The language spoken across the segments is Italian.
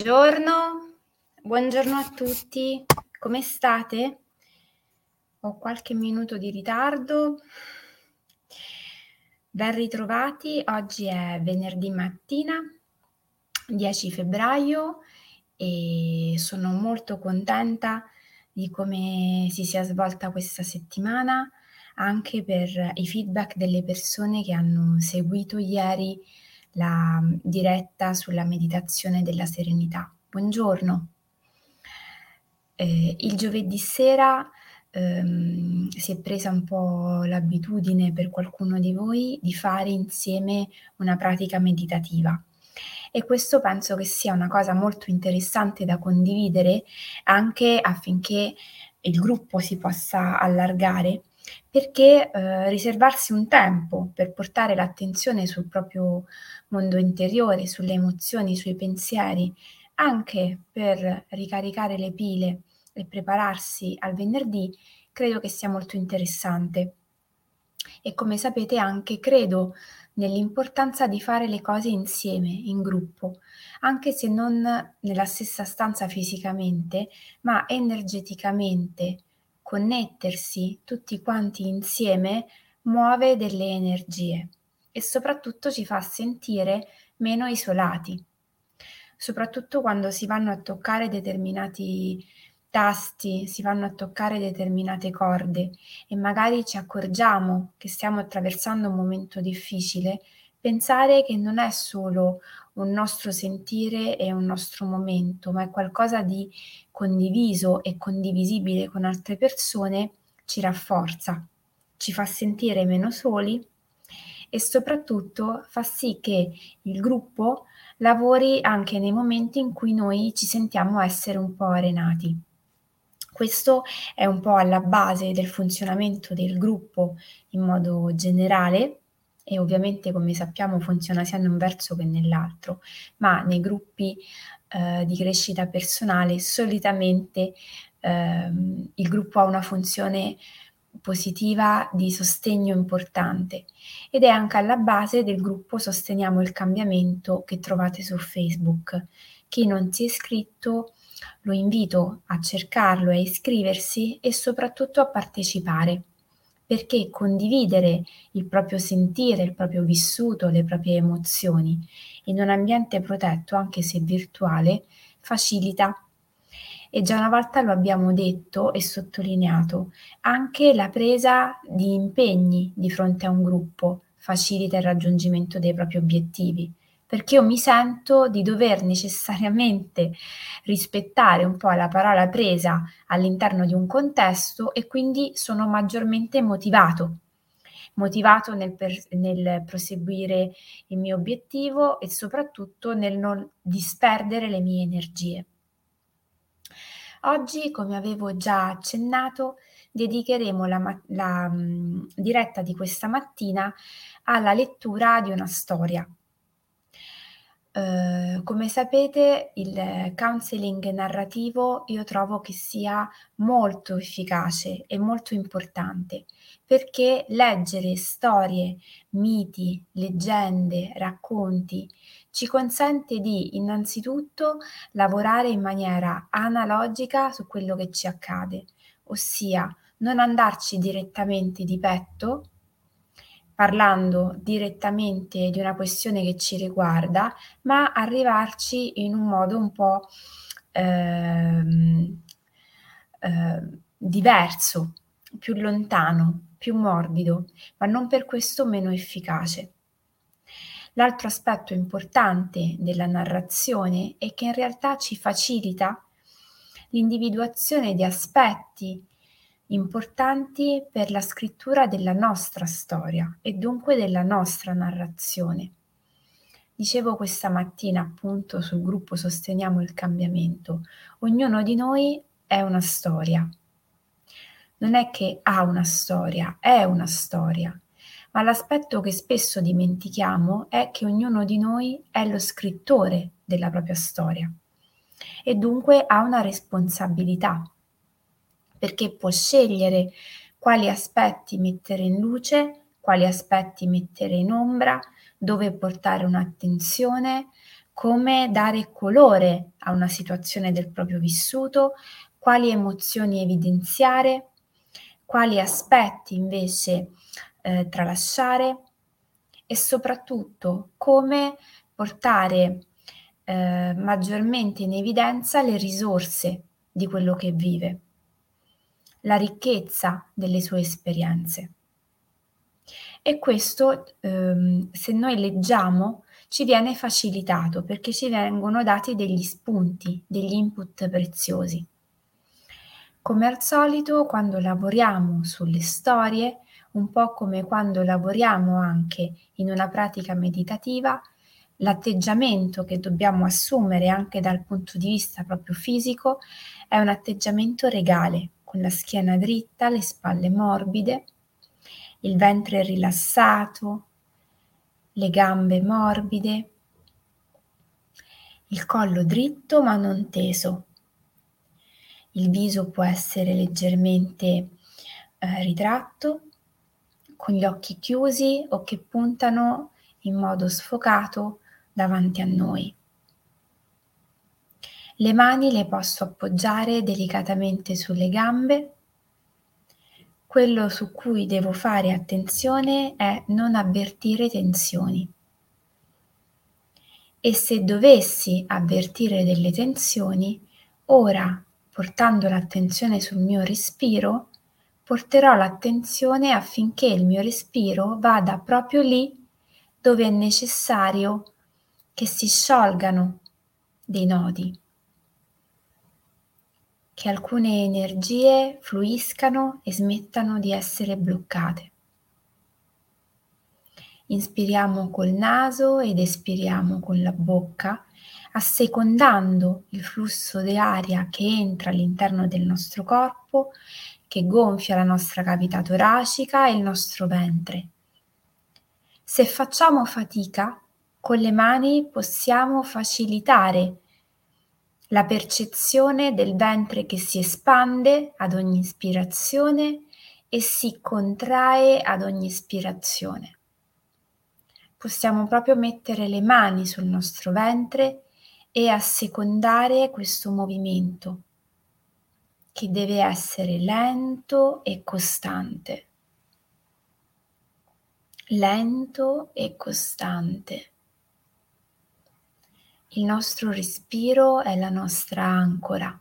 Buongiorno a tutti, come state? Ho qualche minuto di ritardo. Ben ritrovati, oggi è venerdì mattina, 10 febbraio e sono molto contenta di come si sia svolta questa settimana, anche per i feedback delle persone che hanno seguito ieri la diretta sulla meditazione della serenità. Buongiorno. Il giovedì sera, si è presa un po' l'abitudine per qualcuno di voi di fare insieme una pratica meditativa e questo penso che sia una cosa molto interessante da condividere anche affinché il gruppo si possa allargare, perché, riservarsi un tempo per portare l'attenzione sul proprio mondo interiore, sulle emozioni, sui pensieri, anche per ricaricare le pile e prepararsi al venerdì, credo che sia molto interessante. E come sapete anche credo nell'importanza di fare le cose insieme, in gruppo, anche se non nella stessa stanza fisicamente, ma energeticamente. Connettersi tutti quanti insieme muove delle energie e soprattutto ci fa sentire meno isolati, soprattutto quando si vanno a toccare determinati tasti, si vanno a toccare determinate corde e magari ci accorgiamo che stiamo attraversando un momento difficile, pensare che non è solo un nostro sentire e un nostro momento, ma è qualcosa di condiviso e condivisibile con altre persone, ci rafforza, ci fa sentire meno soli e soprattutto fa sì che il gruppo lavori anche nei momenti in cui noi ci sentiamo essere un po' arenati. Questo è un po' alla base del funzionamento del gruppo in modo generale e ovviamente come sappiamo funziona sia in un verso che nell'altro, ma nei gruppi, di crescita personale solitamente, il gruppo ha una funzione positiva di sostegno importante ed è anche alla base del gruppo Sosteniamo il Cambiamento che trovate su Facebook. Chi non si è iscritto lo invito a cercarlo, a iscriversi e soprattutto a partecipare, perché condividere il proprio sentire, il proprio vissuto, le proprie emozioni in un ambiente protetto, anche se virtuale, facilita. E già una volta lo abbiamo detto e sottolineato, anche la presa di impegni di fronte a un gruppo facilita il raggiungimento dei propri obiettivi, perché io mi sento di dover necessariamente rispettare un po' la parola presa all'interno di un contesto e quindi sono maggiormente motivato nel proseguire il mio obiettivo e soprattutto nel non disperdere le mie energie. Oggi, come avevo già accennato, dedicheremo la diretta di questa mattina alla lettura di una storia. Come sapete il counseling narrativo io trovo che sia molto efficace e molto importante, perché leggere storie, miti, leggende, racconti, ci consente di innanzitutto lavorare in maniera analogica su quello che ci accade, ossia non andarci direttamente di petto, parlando direttamente di una questione che ci riguarda, ma arrivarci in un modo un po', ehm, diverso, più lontano, più morbido, ma non per questo meno efficace. L'altro aspetto importante della narrazione è che in realtà ci facilita l'individuazione di aspetti importanti per la scrittura della nostra storia e dunque della nostra narrazione. Dicevo questa mattina appunto sul gruppo Sosteniamo il Cambiamento, ognuno di noi è una storia. Non è che ha una storia, è una storia, ma l'aspetto che spesso dimentichiamo è che ognuno di noi è lo scrittore della propria storia e dunque ha una responsabilità, perché può scegliere quali aspetti mettere in luce, quali aspetti mettere in ombra, dove portare un'attenzione, come dare colore a una situazione del proprio vissuto, quali emozioni evidenziare, quali aspetti invece tralasciare e soprattutto come portare maggiormente in evidenza le risorse di quello che vive, la ricchezza delle sue esperienze. E questo, se noi leggiamo, ci viene facilitato perché ci vengono dati degli spunti, degli input preziosi. Come al solito, quando lavoriamo sulle storie, un po' come quando lavoriamo anche in una pratica meditativa, l'atteggiamento che dobbiamo assumere anche dal punto di vista proprio fisico è un atteggiamento regale, con la schiena dritta, le spalle morbide, il ventre rilassato, le gambe morbide, il collo dritto ma non teso. Il viso può essere leggermente ritratto, con gli occhi chiusi o che puntano in modo sfocato davanti a noi. Le mani le posso appoggiare delicatamente sulle gambe. Quello su cui devo fare attenzione è non avvertire tensioni. E se dovessi avvertire delle tensioni, ora, portando l'attenzione sul mio respiro, porterò l'attenzione affinché il mio respiro vada proprio lì dove è necessario che si sciolgano dei nodi, che alcune energie fluiscano e smettano di essere bloccate. Inspiriamo col naso ed espiriamo con la bocca, assecondando il flusso di aria che entra all'interno del nostro corpo, che gonfia la nostra cavità toracica e il nostro ventre. Se facciamo fatica, con le mani possiamo facilitare la percezione del ventre che si espande ad ogni ispirazione e si contrae ad ogni espirazione. Possiamo proprio mettere le mani sul nostro ventre e assecondare questo movimento, che deve essere lento e costante. Lento e costante. Il nostro respiro è la nostra ancora.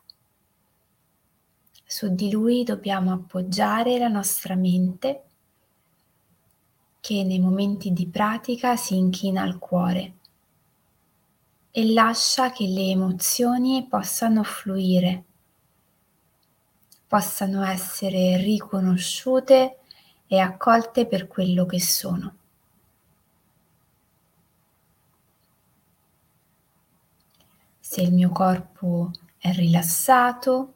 Su di lui dobbiamo appoggiare la nostra mente, che nei momenti di pratica si inchina al cuore e lascia che le emozioni possano fluire, possano essere riconosciute e accolte per quello che sono. Se il mio corpo è rilassato,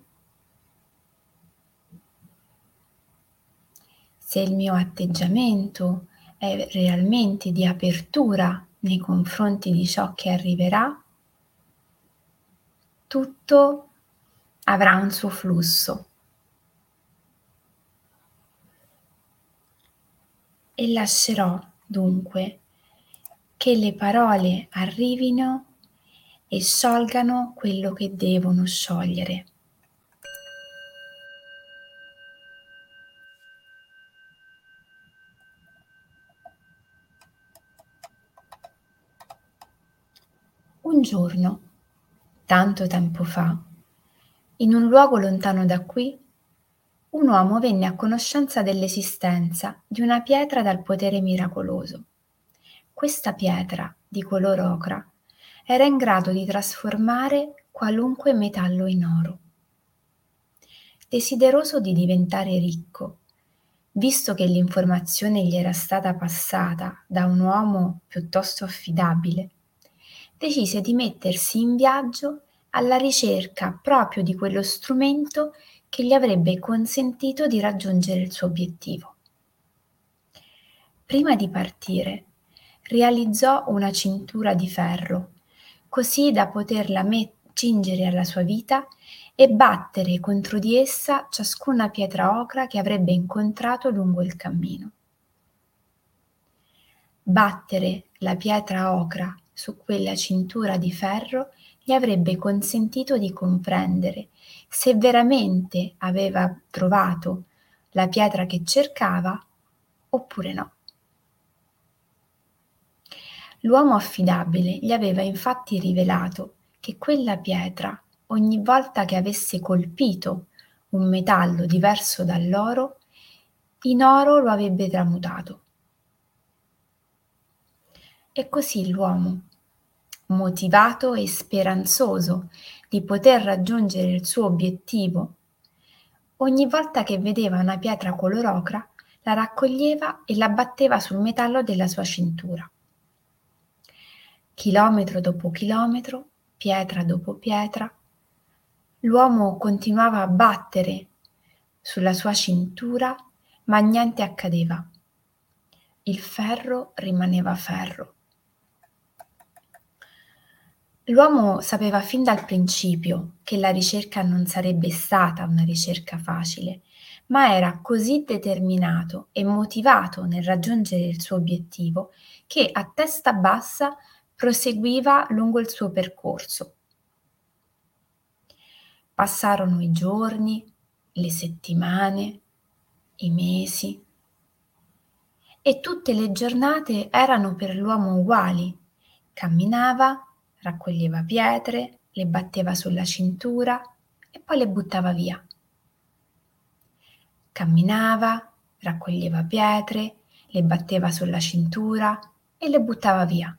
se il mio atteggiamento è realmente di apertura nei confronti di ciò che arriverà, tutto avrà un suo flusso. E lascerò dunque che le parole arrivino e sciolgano quello che devono sciogliere. Un giorno, tanto tempo fa, in un luogo lontano da qui, un uomo venne a conoscenza dell'esistenza di una pietra dal potere miracoloso. Questa pietra, di color ocra, era in grado di trasformare qualunque metallo in oro. Desideroso di diventare ricco, visto che l'informazione gli era stata passata da un uomo piuttosto affidabile, decise di mettersi in viaggio alla ricerca proprio di quello strumento che gli avrebbe consentito di raggiungere il suo obiettivo. Prima di partire, realizzò una cintura di ferro, così da poterla cingere alla sua vita e battere contro di essa ciascuna pietra ocra che avrebbe incontrato lungo il cammino. Battere la pietra ocra su quella cintura di ferro gli avrebbe consentito di comprendere se veramente aveva trovato la pietra che cercava oppure no. L'uomo affidabile gli aveva infatti rivelato che quella pietra, ogni volta che avesse colpito un metallo diverso dall'oro, in oro lo avrebbe tramutato. E così l'uomo, motivato e speranzoso di poter raggiungere il suo obiettivo, ogni volta che vedeva una pietra color ocra, la raccoglieva e la batteva sul metallo della sua cintura. Chilometro dopo chilometro, pietra dopo pietra, l'uomo continuava a battere sulla sua cintura, ma niente accadeva. Il ferro rimaneva ferro. L'uomo sapeva fin dal principio che la ricerca non sarebbe stata una ricerca facile, ma era così determinato e motivato nel raggiungere il suo obiettivo che a testa bassa proseguiva lungo il suo percorso. Passarono i giorni, le settimane, i mesi e tutte le giornate erano per l'uomo uguali. Camminava, raccoglieva pietre, le batteva sulla cintura e poi le buttava via. Camminava, raccoglieva pietre, le batteva sulla cintura e le buttava via.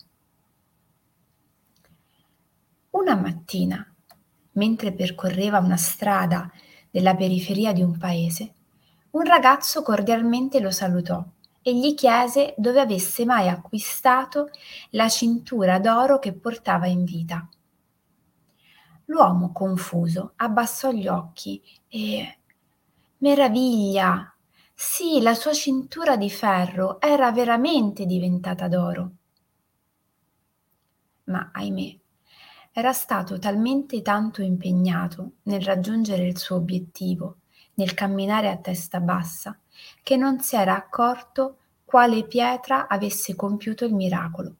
Una mattina, mentre percorreva una strada della periferia di un paese, un ragazzo cordialmente lo salutò e gli chiese dove avesse mai acquistato la cintura d'oro che portava in vita. L'uomo, confuso, abbassò gli occhi e meraviglia! Sì, la sua cintura di ferro era veramente diventata d'oro. Ma ahimè, era stato talmente tanto impegnato nel raggiungere il suo obiettivo, nel camminare a testa bassa, che non si era accorto quale pietra avesse compiuto il miracolo.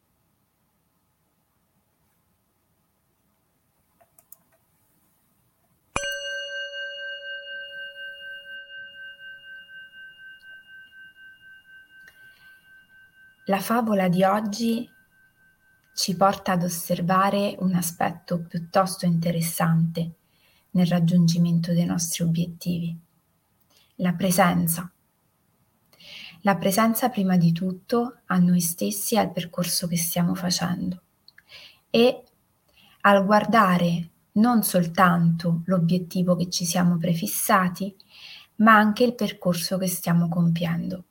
La favola di oggi ci porta ad osservare un aspetto piuttosto interessante nel raggiungimento dei nostri obiettivi: la presenza. La presenza prima di tutto a noi stessi e al percorso che stiamo facendo e al guardare non soltanto l'obiettivo che ci siamo prefissati, ma anche il percorso che stiamo compiendo.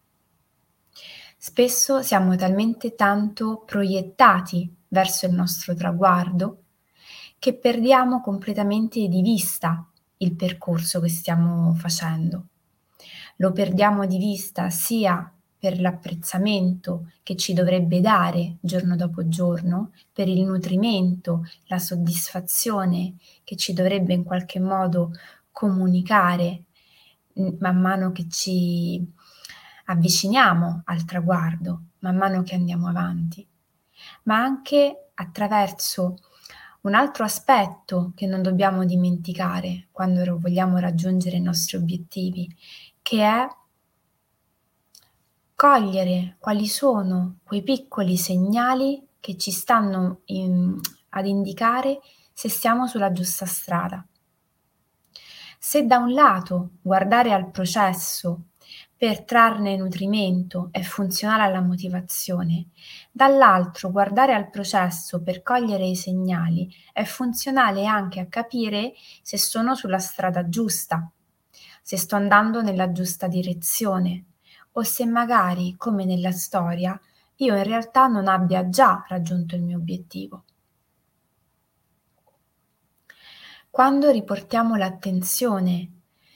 Spesso siamo talmente tanto proiettati verso il nostro traguardo che perdiamo completamente di vista il percorso che stiamo facendo. Lo perdiamo di vista sia per l'apprezzamento che ci dovrebbe dare giorno dopo giorno, per il nutrimento, la soddisfazione che ci dovrebbe in qualche modo comunicare man mano che ci avviciniamo al traguardo, man mano che andiamo avanti, ma anche attraverso un altro aspetto che non dobbiamo dimenticare quando vogliamo raggiungere i nostri obiettivi, che è cogliere quali sono quei piccoli segnali che ci stanno ad indicare se siamo sulla giusta strada. Se da un lato guardare al processo per trarne nutrimento è funzionale alla motivazione, dall'altro guardare al processo per cogliere i segnali è funzionale anche a capire se sono sulla strada giusta, se sto andando nella giusta direzione o se magari, come nella storia, io in realtà non abbia già raggiunto il mio obiettivo. Quando riportiamo l'attenzione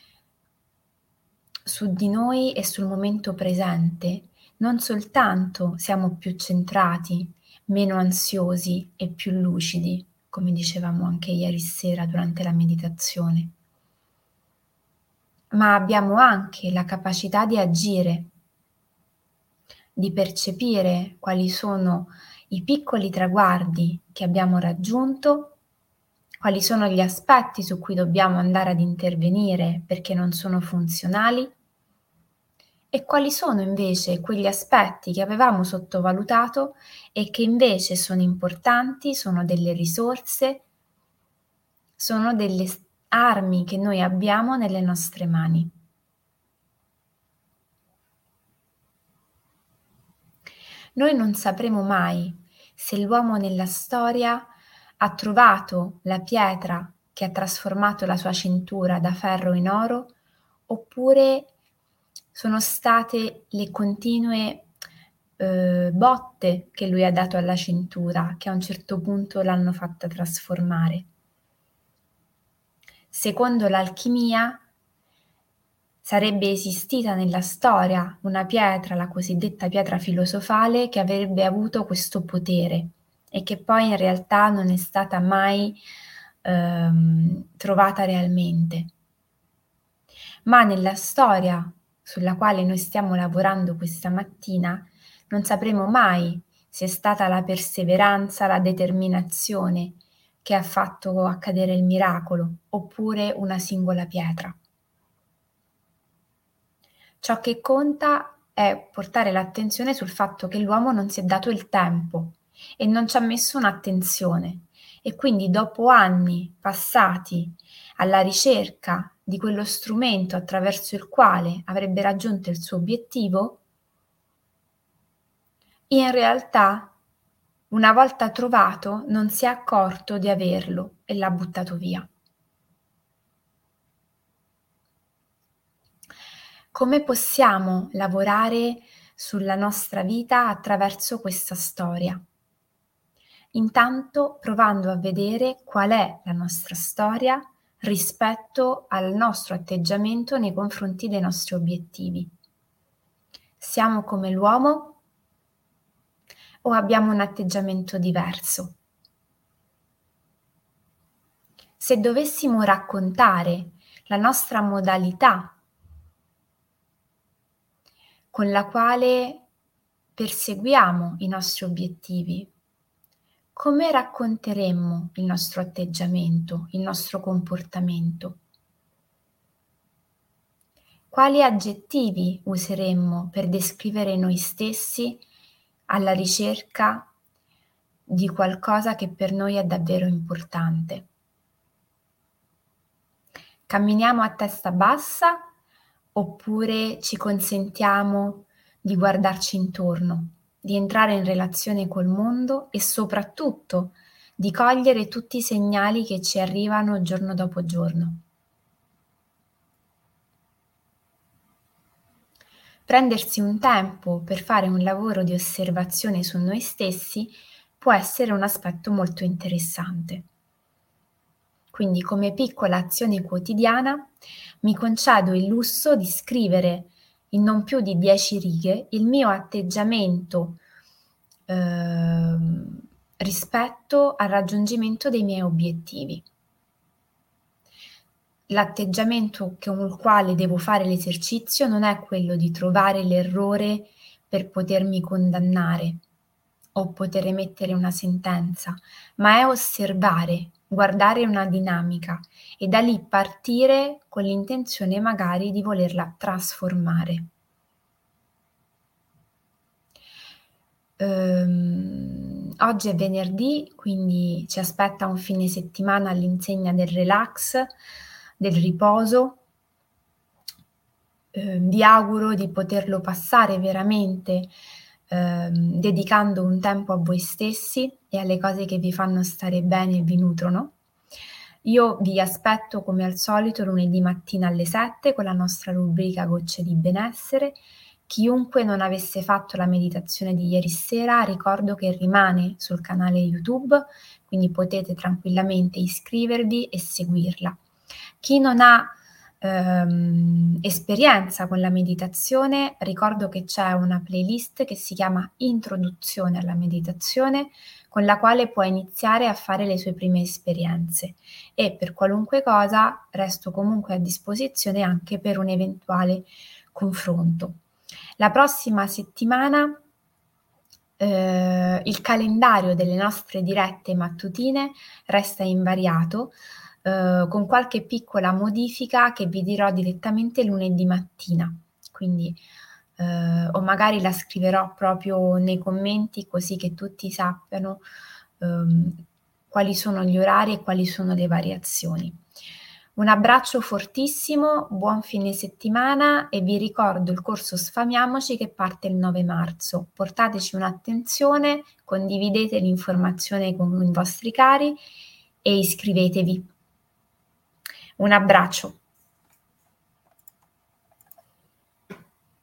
su di noi e sul momento presente, non soltanto siamo più centrati, meno ansiosi e più lucidi, come dicevamo anche ieri sera durante la meditazione, ma abbiamo anche la capacità di agire, di percepire quali sono i piccoli traguardi che abbiamo raggiunto, quali sono gli aspetti su cui dobbiamo andare ad intervenire perché non sono funzionali e quali sono invece quegli aspetti che avevamo sottovalutato e che invece sono importanti, sono delle risorse, sono delle armi che noi abbiamo nelle nostre mani. Noi non sapremo mai se l'uomo nella storia ha trovato la pietra che ha trasformato la sua cintura da ferro in oro, oppure sono state le continue botte che lui ha dato alla cintura che a un certo punto l'hanno fatta trasformare. Secondo l'alchimia sarebbe esistita nella storia una pietra, la cosiddetta pietra filosofale, che avrebbe avuto questo potere e che poi in realtà non è stata mai trovata realmente. Ma nella storia sulla quale noi stiamo lavorando questa mattina non sapremo mai se è stata la perseveranza, la determinazione che ha fatto accadere il miracolo, oppure una singola pietra. Ciò che conta è portare l'attenzione sul fatto che l'uomo non si è dato il tempo e non ci ha messo un'attenzione e quindi dopo anni passati alla ricerca di quello strumento attraverso il quale avrebbe raggiunto il suo obiettivo, in realtà una volta trovato non si è accorto di averlo e l'ha buttato via. Come possiamo lavorare sulla nostra vita attraverso questa storia? Intanto provando a vedere qual è la nostra storia rispetto al nostro atteggiamento nei confronti dei nostri obiettivi. Siamo come l'uomo o abbiamo un atteggiamento diverso? Se dovessimo raccontare la nostra modalità con la quale perseguiamo i nostri obiettivi, come racconteremmo il nostro atteggiamento, il nostro comportamento? Quali aggettivi useremmo per descrivere noi stessi alla ricerca di qualcosa che per noi è davvero importante? Camminiamo a testa bassa oppure ci consentiamo di guardarci intorno, di entrare in relazione col mondo e soprattutto di cogliere tutti i segnali che ci arrivano giorno dopo giorno? Prendersi un tempo per fare un lavoro di osservazione su noi stessi può essere un aspetto molto interessante. Quindi come piccola azione quotidiana mi concedo il lusso di scrivere in non più di 10 righe il mio atteggiamento rispetto al raggiungimento dei miei obiettivi. L'atteggiamento con il quale devo fare l'esercizio non è quello di trovare l'errore per potermi condannare o poter emettere una sentenza, ma è osservare, guardare una dinamica e da lì partire con l'intenzione magari di volerla trasformare. Oggi è venerdì, quindi ci aspetta un fine settimana all'insegna del relax, del riposo. Vi auguro di poterlo passare veramente, dedicando un tempo a voi stessi e alle cose che vi fanno stare bene e vi nutrono. Io vi aspetto come al solito lunedì mattina alle 7 con la nostra rubrica Gocce di benessere. Chiunque non avesse fatto la meditazione di ieri sera, ricordo che rimane sul canale YouTube, quindi potete tranquillamente iscrivervi e seguirla. Chi non ha esperienza con la meditazione, ricordo che c'è una playlist che si chiama Introduzione alla meditazione, con la quale può iniziare a fare le sue prime esperienze e per qualunque cosa resto comunque a disposizione anche per un eventuale confronto. La prossima settimana Il calendario delle nostre dirette mattutine resta invariato, con qualche piccola modifica che vi dirò direttamente lunedì mattina. Quindi o magari la scriverò proprio nei commenti così che tutti sappiano, uhm, quali sono gli orari e quali sono le variazioni. Un abbraccio fortissimo, buon fine settimana e vi ricordo il corso Sfamiamoci che parte il 9 marzo. Portateci un'attenzione, condividete l'informazione con i vostri cari e iscrivetevi. Un abbraccio.